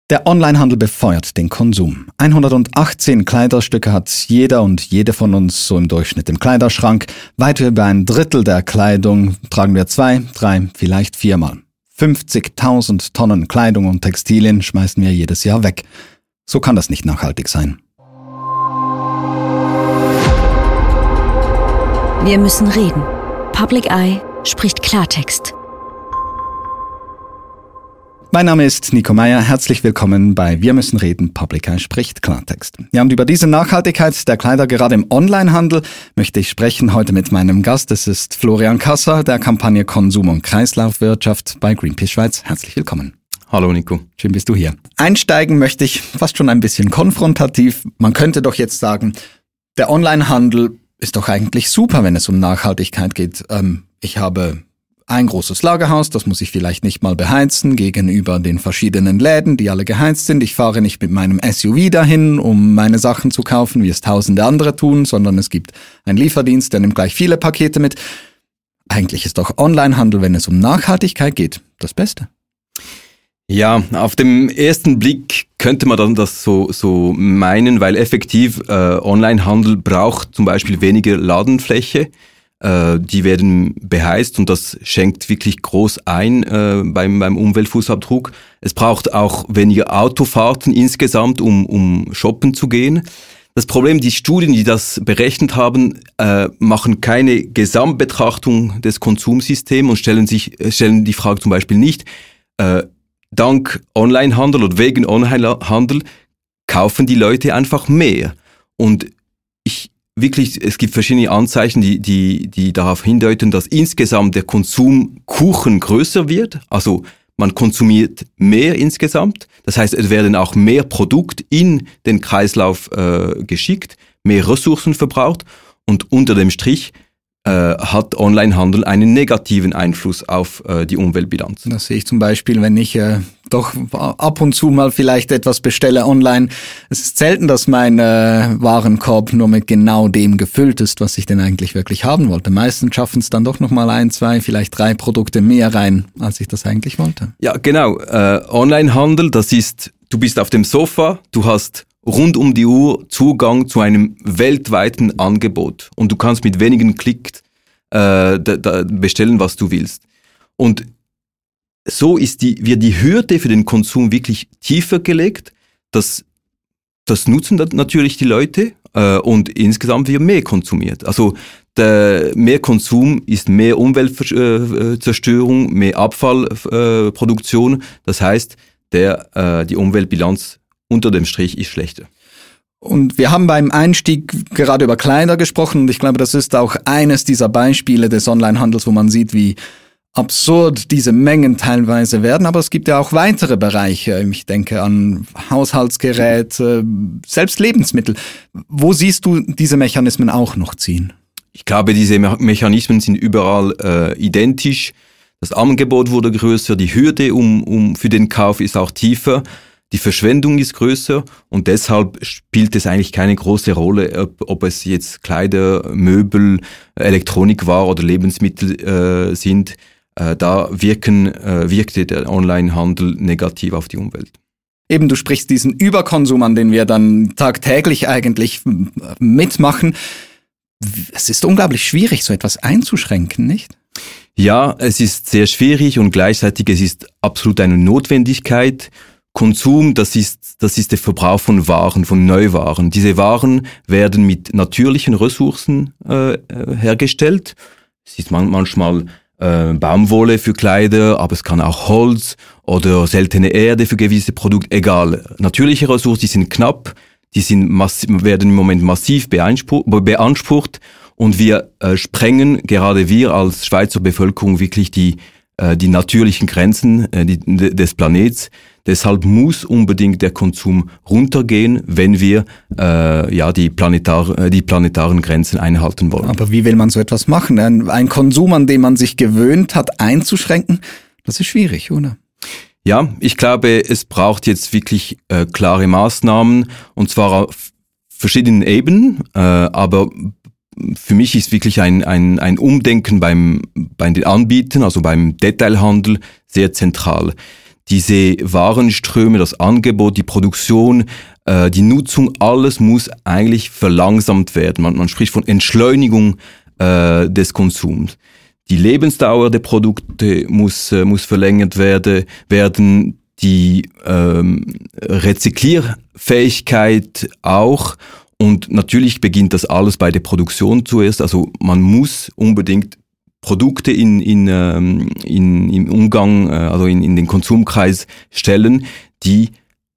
Der Onlinehandel befeuert den Konsum. 118 Kleiderstücke hat jeder und jede von uns so im Durchschnitt im Kleiderschrank. Weit über ein Drittel der Kleidung tragen wir 2, 3, vielleicht 4-mal. 50.000 Tonnen Kleidung und Textilien schmeißen wir jedes Jahr weg. So kann das nicht nachhaltig sein. Wir müssen reden. Public Eye spricht Klartext. Mein Name ist Nico Meyer, herzlich willkommen bei Wir müssen reden, Public Eye spricht Klartext. Ja, und über diese Nachhaltigkeit der Kleider gerade im Onlinehandel möchte ich sprechen heute mit meinem Gast. Es ist Florian Kasser, der Kampagne Konsum- und Kreislaufwirtschaft bei Greenpeace Schweiz. Herzlich willkommen. Hallo Nico. Schön bist du hier. Einsteigen möchte ich fast schon ein bisschen konfrontativ. Man könnte doch jetzt sagen, der Onlinehandel ist doch eigentlich super, wenn es um Nachhaltigkeit geht. Ich habe ein großes Lagerhaus, das muss ich vielleicht nicht mal beheizen, gegenüber den verschiedenen Läden, die alle geheizt sind. Ich fahre nicht mit meinem SUV dahin, um meine Sachen zu kaufen, wie es tausende andere tun, sondern es gibt einen Lieferdienst, der nimmt gleich viele Pakete mit. Eigentlich ist doch Onlinehandel, wenn es um Nachhaltigkeit geht, das Beste. Ja, auf dem ersten Blick könnte man dann das so meinen, weil effektiv Onlinehandel braucht zum Beispiel weniger Ladenfläche. Die werden beheizt und das schenkt wirklich groß ein beim Umweltfußabdruck. Es braucht auch weniger Autofahrten insgesamt, um shoppen zu gehen. Das Problem, die Studien, die das berechnet haben, machen keine Gesamtbetrachtung des Konsumsystems und stellen die Frage zum Beispiel nicht, dank Onlinehandel oder wegen Onlinehandel kaufen die Leute einfach mehr. Und es gibt verschiedene Anzeichen, die darauf hindeuten, dass insgesamt der Konsumkuchen größer wird. Also man konsumiert mehr insgesamt. Das heißt, es werden auch mehr Produkte in den Kreislauf geschickt, mehr Ressourcen verbraucht und unter dem Strich hat Onlinehandel einen negativen Einfluss auf die Umweltbilanz. Das sehe ich zum Beispiel, wenn ich doch ab und zu mal vielleicht etwas bestelle online. Es ist selten, dass mein Warenkorb nur mit genau dem gefüllt ist, was ich denn eigentlich wirklich haben wollte. Meistens schaffen es dann doch nochmal 1, 2, vielleicht 3 Produkte mehr rein, als ich das eigentlich wollte. Ja, genau. Onlinehandel, das ist, du bist auf dem Sofa, du hast rund um die Uhr Zugang zu einem weltweiten Angebot und du kannst mit wenigen Klicks bestellen, was du willst. Und so wird die Hürde für den Konsum wirklich tiefer gelegt. Das nutzen natürlich die Leute und insgesamt wird mehr konsumiert. Also mehr Konsum ist mehr Umweltzerstörung, mehr Abfallproduktion. Das heißt, die Umweltbilanz unter dem Strich ist schlechter. Und wir haben beim Einstieg gerade über Kleider gesprochen und ich glaube, das ist auch eines dieser Beispiele des Onlinehandels, wo man sieht, wie absurd diese Mengen teilweise werden. Aber es gibt ja auch weitere Bereiche. Ich denke an Haushaltsgeräte, selbst Lebensmittel. Wo siehst du diese Mechanismen auch noch ziehen? Ich glaube, diese Mechanismen sind überall identisch. Das Angebot wurde größer, die Hürde für den Kauf ist auch tiefer. Die Verschwendung ist größer und deshalb spielt es eigentlich keine große Rolle, ob es jetzt Kleider, Möbel, Elektronikware oder Lebensmittel sind. Da wirkte der Onlinehandel negativ auf die Umwelt. Eben, du sprichst diesen Überkonsum an, den wir dann tagtäglich eigentlich mitmachen. Es ist unglaublich schwierig, so etwas einzuschränken, nicht? Ja, es ist sehr schwierig und gleichzeitig es ist absolut eine Notwendigkeit. Konsum, das ist der Verbrauch von Waren, von Neuwaren. Diese Waren werden mit natürlichen Ressourcen hergestellt. Es ist manchmal Baumwolle für Kleider, aber es kann auch Holz oder seltene Erde für gewisse Produkte, egal. Natürliche Ressourcen, die sind knapp, werden im Moment massiv beansprucht und wir sprengen, gerade wir als Schweizer Bevölkerung, wirklich die natürlichen Grenzen des Planets. Deshalb muss unbedingt der Konsum runtergehen, wenn wir die planetaren Grenzen einhalten wollen. Aber wie will man so etwas machen? Ein Konsum, an dem man sich gewöhnt hat, einzuschränken, das ist schwierig, oder? Ja, ich glaube, es braucht jetzt wirklich klare Maßnahmen, und zwar auf verschiedenen Ebenen, aber für mich ist wirklich ein Umdenken bei den Anbietern, also beim Detailhandel, sehr zentral. diese Warenströme, das Angebot, die Produktion, die Nutzung, alles muss eigentlich verlangsamt werden. Man spricht von Entschleunigung des Konsums. Die Lebensdauer der Produkte muss verlängert werden, die Rezyklierfähigkeit auch. Und natürlich beginnt das alles bei der Produktion zuerst. Also man muss unbedingt Produkte im Umgang, also in den Konsumkreis stellen, die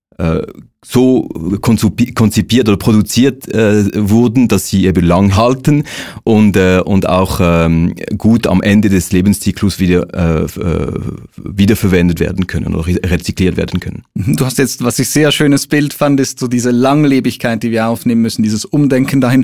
so konzipiert oder produziert wurden, dass sie eben lang halten und auch gut am Ende des Lebenszyklus wiederverwendet werden können oder rezykliert werden können. Du hast jetzt, was ich sehr schönes Bild fand, ist so diese Langlebigkeit, die wir aufnehmen müssen, dieses Umdenken dahin.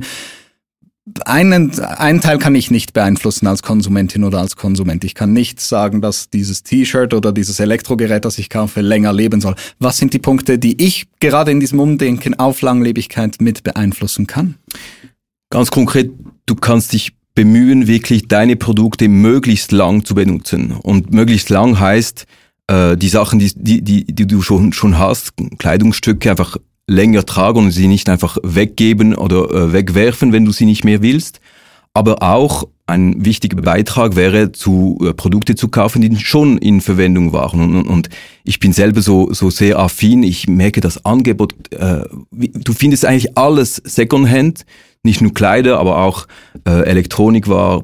Einen Teil kann ich nicht beeinflussen als Konsumentin oder als Konsument. Ich kann nicht sagen, dass dieses T-Shirt oder dieses Elektrogerät, das ich kaufe, länger leben soll. Was sind die Punkte, die ich gerade in diesem Umdenken auf Langlebigkeit mit beeinflussen kann? Ganz konkret, du kannst dich bemühen, wirklich deine Produkte möglichst lang zu benutzen. Und möglichst lang heißt, die Sachen, die du schon hast, Kleidungsstücke einfach länger tragen und sie nicht einfach weggeben oder wegwerfen, wenn du sie nicht mehr willst. Aber auch ein wichtiger Beitrag wäre, Produkte zu kaufen, die schon in Verwendung waren. Und ich bin selber so sehr affin. Ich merke das Angebot. Du findest eigentlich alles Secondhand, nicht nur Kleider, aber auch Elektronikware,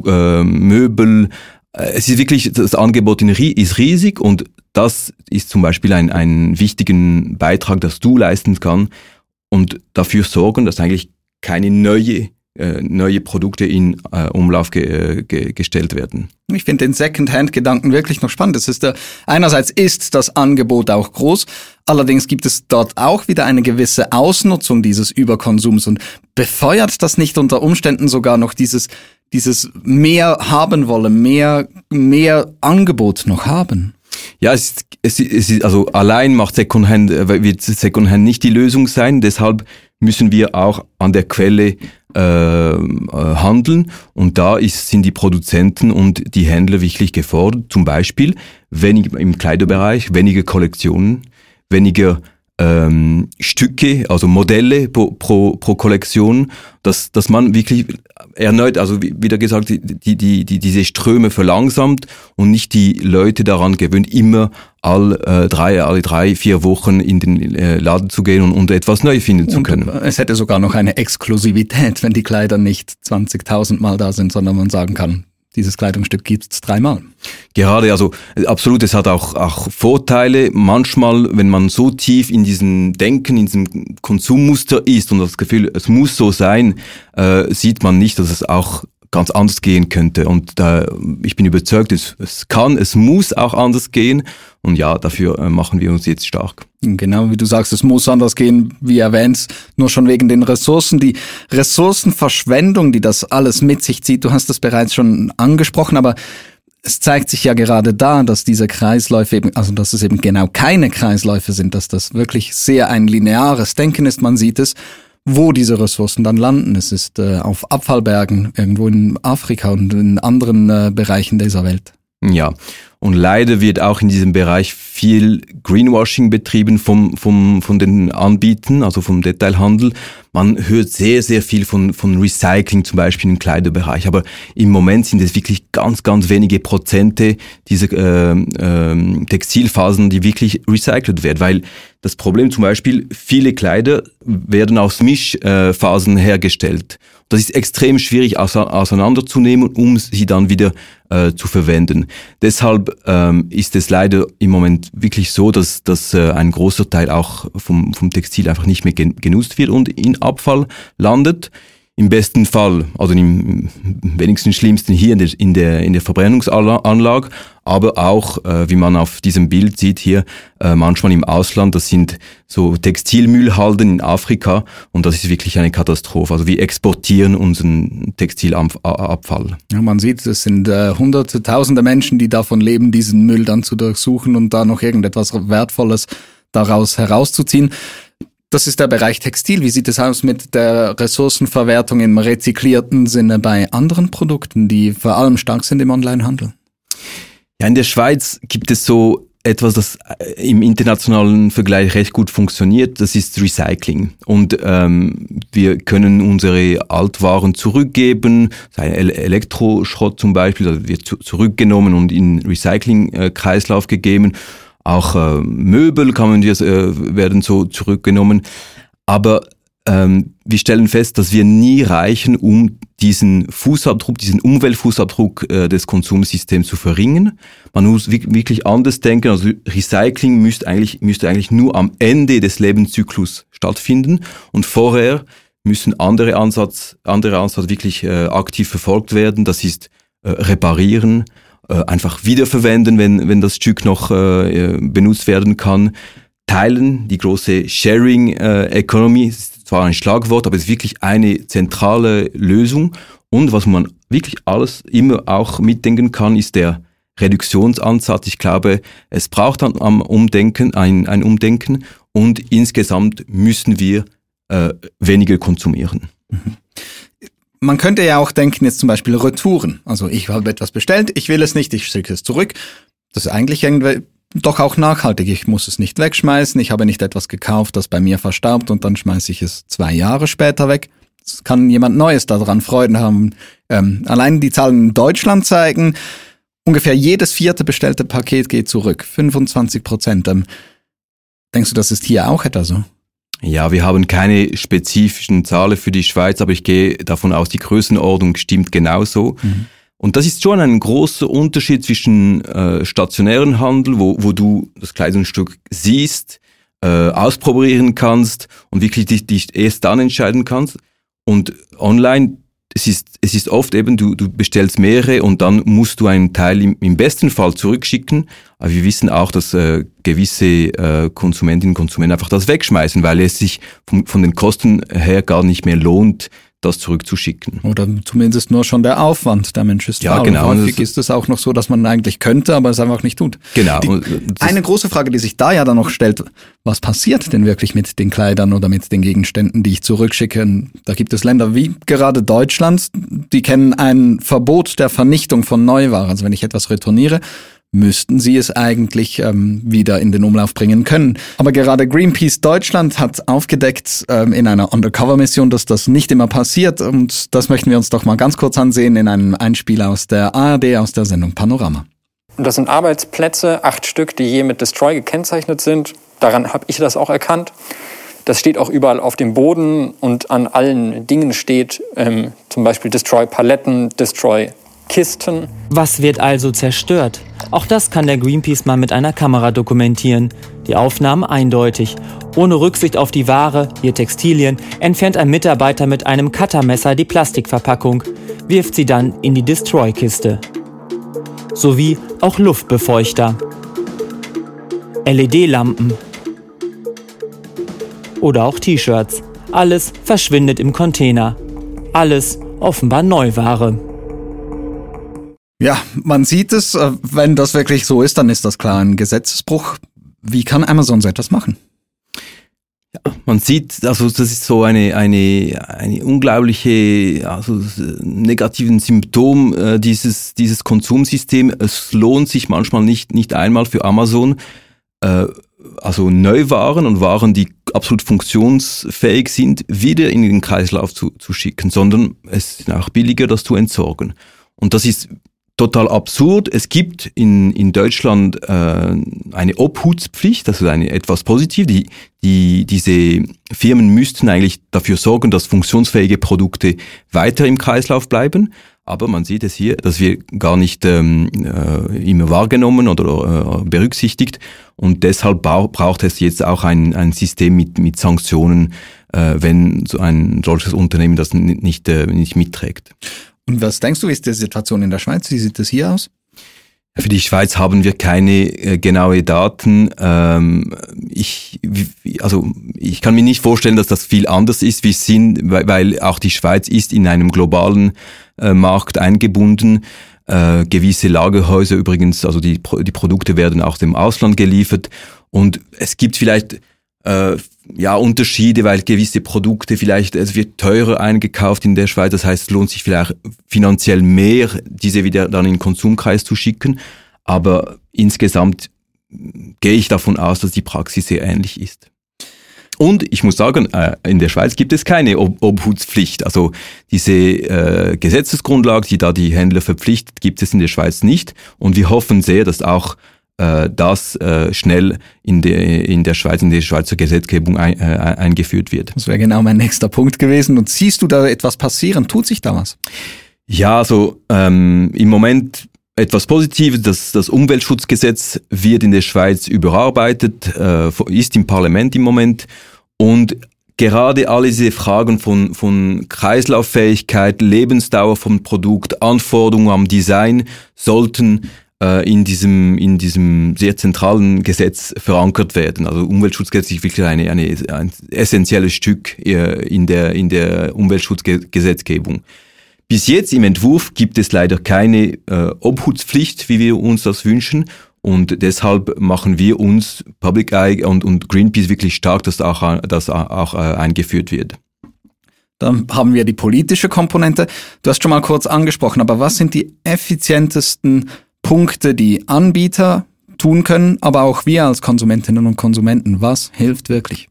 Möbel. Es ist wirklich, das Angebot ist riesig und das ist zum Beispiel ein wichtigen Beitrag, das du leisten kannst und dafür sorgen, dass eigentlich keine neue Produkte in Umlauf gestellt werden. Ich finde den Secondhand-Gedanken wirklich noch spannend. Einerseits ist das Angebot auch groß, allerdings gibt es dort auch wieder eine gewisse Ausnutzung dieses Überkonsums und befeuert das nicht unter Umständen sogar noch dieses mehr haben wollen, mehr Angebot noch haben? Ja, es ist also allein wird Secondhand nicht die Lösung sein. Deshalb müssen wir auch an der Quelle handeln. Und da sind die Produzenten und die Händler wirklich gefordert. Zum Beispiel im Kleiderbereich weniger Kollektionen, weniger Stücke, also Modelle pro Kollektion, dass man wirklich erneut, also wieder gesagt, diese Ströme verlangsamt und nicht die Leute daran gewöhnt, immer alle 3-4 Wochen in den Laden zu gehen und etwas neu finden zu können. Es hätte sogar noch eine Exklusivität, wenn die Kleider nicht 20.000 Mal da sind, sondern man sagen kann, dieses Kleidungsstück gibt's 3-mal. Gerade, also absolut, es hat auch Vorteile. Manchmal, wenn man so tief in diesem Denken, in diesem Konsummuster ist und das Gefühl, es muss so sein, sieht man nicht, dass es auch ganz anders gehen könnte. Und ich bin überzeugt, es muss auch anders gehen. Und ja, dafür machen wir uns jetzt stark. Genau, wie du sagst, es muss anders gehen, wie erwähnt, nur schon wegen den Ressourcen. Die Ressourcenverschwendung, die das alles mit sich zieht, du hast das bereits schon angesprochen, aber es zeigt sich ja gerade da, dass diese Kreisläufe eben, also dass es eben genau keine Kreisläufe sind, dass das wirklich sehr ein lineares Denken ist. Man sieht es, wo diese Ressourcen dann landen. Es ist auf Abfallbergen irgendwo in Afrika und in anderen Bereichen dieser Welt. Ja, und leider wird auch in diesem Bereich viel Greenwashing betrieben von den Anbietern, also vom Detailhandel. Man hört sehr, sehr viel von Recycling, zum Beispiel im Kleiderbereich. Aber im Moment sind es wirklich ganz, ganz wenige Prozente dieser Textilfasern, die wirklich recycelt werden. Weil das Problem zum Beispiel, viele Kleider werden aus Mischfasern hergestellt. Das ist extrem schwierig auseinanderzunehmen, um sie dann wieder zu verwenden. Deshalb ist es leider im Moment wirklich so, dass ein großer Teil auch vom Textil einfach nicht mehr genutzt wird und in Abfall landet. Im besten Fall, also im wenigsten schlimmsten hier in der Verbrennungsanlage, aber auch, wie man auf diesem Bild sieht hier, manchmal im Ausland, das sind so Textilmüllhalden in Afrika und das ist wirklich eine Katastrophe. Also wir exportieren unseren Textilabfall. Ja, man sieht, es sind hunderte, tausende Menschen, die davon leben, diesen Müll dann zu durchsuchen und da noch irgendetwas Wertvolles daraus herauszuziehen. Das ist der Bereich Textil. Wie sieht es aus mit der Ressourcenverwertung im rezyklierten Sinne bei anderen Produkten, die vor allem stark sind im Onlinehandel? Ja, in der Schweiz gibt es so etwas, das im internationalen Vergleich recht gut funktioniert, das ist Recycling. Und wir können unsere Altwaren zurückgeben, sei Elektroschrott zum Beispiel, das wird zurückgenommen und in Recycling-Kreislauf gegeben. Auch Möbel werden so zurückgenommen. Aber wir stellen fest, dass wir nie reichen, um diesen Umweltfußabdruck des Konsumsystems zu verringern. Man muss wirklich anders denken. Also Recycling müsste eigentlich nur am Ende des Lebenszyklus stattfinden und vorher müssen andere Ansätze wirklich aktiv verfolgt werden. Das ist reparieren, einfach wiederverwenden, wenn das Stück noch benutzt werden kann. Teilen, die große Sharing Economy, ist zwar ein Schlagwort, aber es ist wirklich eine zentrale Lösung. Und was man wirklich alles immer auch mitdenken kann, ist der Reduktionsansatz. Ich glaube, es braucht ein Umdenken und insgesamt müssen wir weniger konsumieren. Man könnte ja auch denken, jetzt zum Beispiel Retouren. Also ich habe etwas bestellt, ich will es nicht, ich schicke es zurück. Das ist eigentlich irgendwie doch auch nachhaltig. Ich muss es nicht wegschmeißen. Ich habe nicht etwas gekauft, das bei mir verstaubt und dann schmeiße ich es 2 Jahre später weg. Es kann jemand Neues daran Freuden haben. Allein die Zahlen in Deutschland zeigen, ungefähr jedes 4. bestellte Paket geht zurück. 25%. Denkst du, das ist hier auch etwa so? Ja, wir haben keine spezifischen Zahlen für die Schweiz, aber ich gehe davon aus, die Größenordnung stimmt genauso. Mhm. Und das ist schon ein großer Unterschied zwischen stationären Handel, wo du das Kleidungsstück siehst, ausprobieren kannst und wirklich dich erst dann entscheiden kannst. Und online, es ist oft eben, du bestellst mehrere und dann musst du einen Teil im besten Fall zurückschicken. Aber wir wissen auch, dass gewisse Konsumentinnen und Konsumenten einfach das wegschmeißen, weil es sich von den Kosten her gar nicht mehr lohnt, das zurückzuschicken. Oder zumindest nur schon der Aufwand. Der Mensch ist faul. Ja, genau. Häufig ist es auch noch so, dass man eigentlich könnte, aber es einfach nicht tut. Genau. Eine große Frage, die sich da ja dann noch stellt, was passiert denn wirklich mit den Kleidern oder mit den Gegenständen, die ich zurückschicke? Da gibt es Länder wie gerade Deutschland, die kennen ein Verbot der Vernichtung von Neuware. Also wenn ich etwas retourniere, müssten sie es eigentlich wieder in den Umlauf bringen können. Aber gerade Greenpeace Deutschland hat aufgedeckt in einer Undercover-Mission, dass das nicht immer passiert. Und das möchten wir uns doch mal ganz kurz ansehen in einem Einspieler aus der ARD, aus der Sendung Panorama. Und das sind Arbeitsplätze, 8 Stück, die je mit Destroy gekennzeichnet sind. Daran habe ich das auch erkannt. Das steht auch überall auf dem Boden und an allen Dingen steht zum Beispiel Destroy Paletten, Destroy Kisten. Was wird also zerstört? Auch das kann der Greenpeace-Mann mit einer Kamera dokumentieren. Die Aufnahmen eindeutig. Ohne Rücksicht auf die Ware, hier Textilien, entfernt ein Mitarbeiter mit einem Cuttermesser die Plastikverpackung, wirft sie dann in die Destroy-Kiste. Sowie auch Luftbefeuchter, LED-Lampen oder auch T-Shirts. Alles verschwindet im Container. Alles offenbar Neuware. Ja, man sieht es, wenn das wirklich so ist, dann ist das klar ein Gesetzesbruch. Wie kann Amazon so etwas machen? Ja, man sieht, also das ist so eine unglaubliche, also negativen Symptom dieses Konsumsystem. Es lohnt sich manchmal nicht einmal für Amazon, also Neuwaren und Waren, die absolut funktionsfähig sind, wieder in den Kreislauf zu schicken, sondern es ist auch billiger, das zu entsorgen. Und das ist total absurd. Es gibt in Deutschland eine Obhutspflicht, das ist etwas positiv. Diese Firmen müssten eigentlich dafür sorgen, dass funktionsfähige Produkte weiter im Kreislauf bleiben. Aber man sieht es hier, dass wir gar nicht immer wahrgenommen oder berücksichtigt. Und deshalb braucht es jetzt auch ein System mit Sanktionen, wenn so ein solches Unternehmen das nicht mitträgt. Und was denkst du, ist die Situation in der Schweiz? Wie sieht das hier aus? Für die Schweiz haben wir keine genaue Daten. Ich kann mir nicht vorstellen, dass das viel anders ist, wie es sind, weil auch die Schweiz ist in einem globalen Markt eingebunden. Gewisse Lagerhäuser übrigens, also die Produkte werden auch dem Ausland geliefert. Und es gibt vielleicht Unterschiede, weil gewisse Produkte vielleicht, es wird teurer eingekauft in der Schweiz, das heißt, es lohnt sich vielleicht finanziell mehr, diese wieder dann in den Konsumkreis zu schicken, aber insgesamt gehe ich davon aus, dass die Praxis sehr ähnlich ist. Und ich muss sagen, in der Schweiz gibt es keine Obhutspflicht. Also diese Gesetzesgrundlage, die da die Händler verpflichtet, gibt es in der Schweiz nicht. Und wir hoffen sehr, dass auch das schnell in der Schweizer Gesetzgebung eingeführt wird. Das wäre genau mein nächster Punkt gewesen. Und siehst du da etwas passieren? Tut sich da was? Ja, also im Moment etwas Positives, das Umweltschutzgesetz wird in der Schweiz überarbeitet, ist im Parlament im Moment, und gerade alle diese Fragen von Kreislauffähigkeit, Lebensdauer vom Produkt, Anforderungen am Design sollten in diesem sehr zentralen Gesetz verankert werden. Also Umweltschutzgesetz ist wirklich ein essentielles Stück in der Umweltschutzgesetzgebung. Bis jetzt im Entwurf gibt es leider keine Obhutspflicht, wie wir uns das wünschen. Und deshalb machen wir uns, Public Eye und Greenpeace, wirklich stark, dass das auch eingeführt wird. Dann haben wir die politische Komponente. Du hast schon mal kurz angesprochen, aber was sind die effizientesten Punkte, die Anbieter tun können, aber auch wir als Konsumentinnen und Konsumenten? Was hilft wirklich?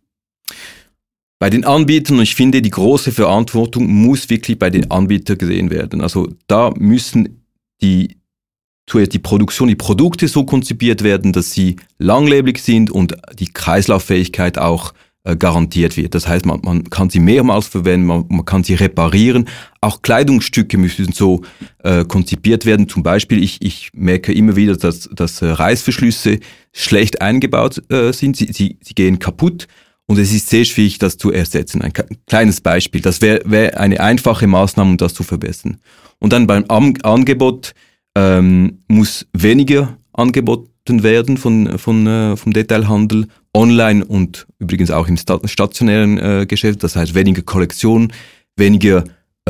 Bei den Anbietern, ich finde, die große Verantwortung muss wirklich bei den Anbietern gesehen werden. Also da müssen die Produktion, die Produkte so konzipiert werden, dass sie langlebig sind und die Kreislauffähigkeit auch garantiert wird. Das heißt, man kann sie mehrmals verwenden, man kann sie reparieren. Auch Kleidungsstücke müssen so konzipiert werden. Zum Beispiel, ich merke immer wieder, dass Reißverschlüsse schlecht eingebaut sind. Sie gehen kaputt. Und es ist sehr schwierig, das zu ersetzen. Ein kleines Beispiel. Das wäre eine einfache Maßnahme, um das zu verbessern. Und dann beim Angebot muss weniger angeboten werden vom Detailhandel, online und übrigens auch im stationären Geschäft. Das heißt weniger Kollektion, weniger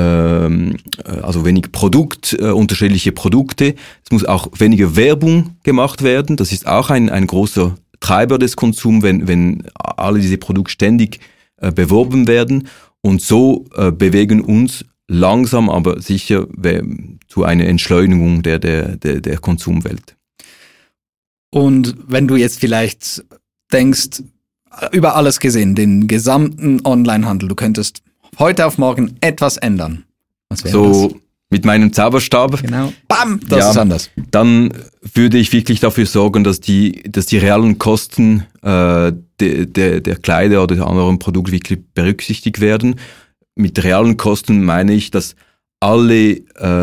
Produkt, unterschiedliche Produkte. Es muss auch weniger Werbung gemacht werden. Das ist auch ein großer Treiber des Konsums, wenn alle diese Produkte ständig beworben werden, und so bewegen uns langsam, aber sicher zu einer Entschleunigung der Konsumwelt. Und wenn du jetzt vielleicht denkst, über alles gesehen, den gesamten Onlinehandel, du könntest heute auf morgen etwas ändern. Was wäre das? Mit meinem Zauberstab. Genau. Bam! Das ist anders. Dann würde ich wirklich dafür sorgen, dass die realen Kosten der Kleider oder der anderen Produkte wirklich berücksichtigt werden. Mit realen Kosten meine ich, dass alle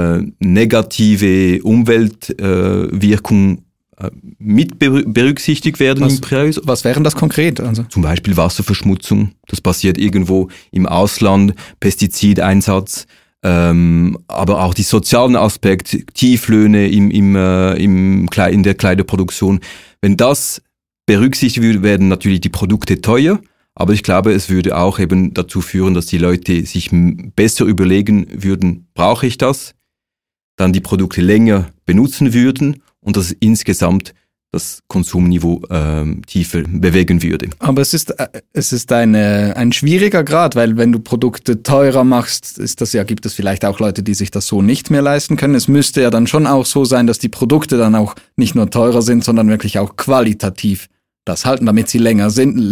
negative Umweltwirkungen mit berücksichtigt werden im Preis. Was wären das konkret? Also? Zum Beispiel Wasserverschmutzung. Das passiert irgendwo im Ausland, Pestizideinsatz. Aber auch die sozialen Aspekte, Tieflöhne in der Kleiderproduktion. Wenn das berücksichtigt würde, werden natürlich die Produkte teuer, aber ich glaube, es würde auch eben dazu führen, dass die Leute sich besser überlegen würden, brauche ich das? Dann die Produkte länger benutzen würden und dass insgesamt das Konsumniveau tiefer bewegen würde. Aber es ist ein schwieriger Grad, weil wenn du Produkte teurer machst, gibt es vielleicht auch Leute, die sich das so nicht mehr leisten können. Es müsste ja dann schon auch so sein, dass die Produkte dann auch nicht nur teurer sind, sondern wirklich auch qualitativ das halten, damit sie länger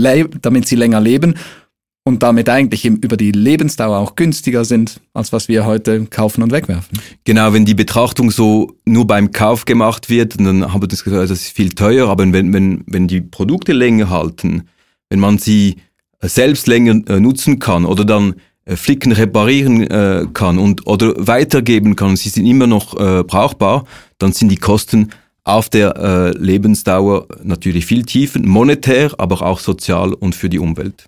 leben und damit eigentlich über die Lebensdauer auch günstiger sind, als was wir heute kaufen und wegwerfen. Genau, wenn die Betrachtung so nur beim Kauf gemacht wird, dann haben wir das gesagt, das ist viel teuer, aber wenn die Produkte länger halten, wenn man sie selbst länger nutzen kann oder dann flicken, reparieren kann oder weitergeben kann, sie sind immer noch brauchbar, dann sind die Kosten auf der Lebensdauer natürlich viel tiefer, monetär, aber auch sozial und für die Umwelt.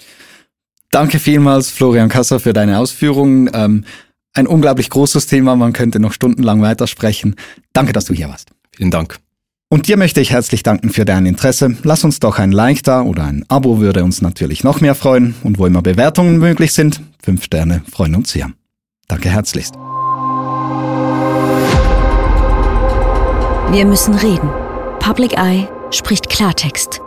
Danke vielmals, Florian Kasser, für deine Ausführungen. Ein unglaublich großes Thema, man könnte noch stundenlang weitersprechen. Danke, dass du hier warst. Vielen Dank. Und dir möchte ich herzlich danken für dein Interesse. Lass uns doch ein Like da oder ein Abo würde uns natürlich noch mehr freuen. Und wo immer Bewertungen möglich sind, 5 Sterne freuen uns sehr. Danke herzlichst. Wir müssen reden. Public Eye spricht Klartext.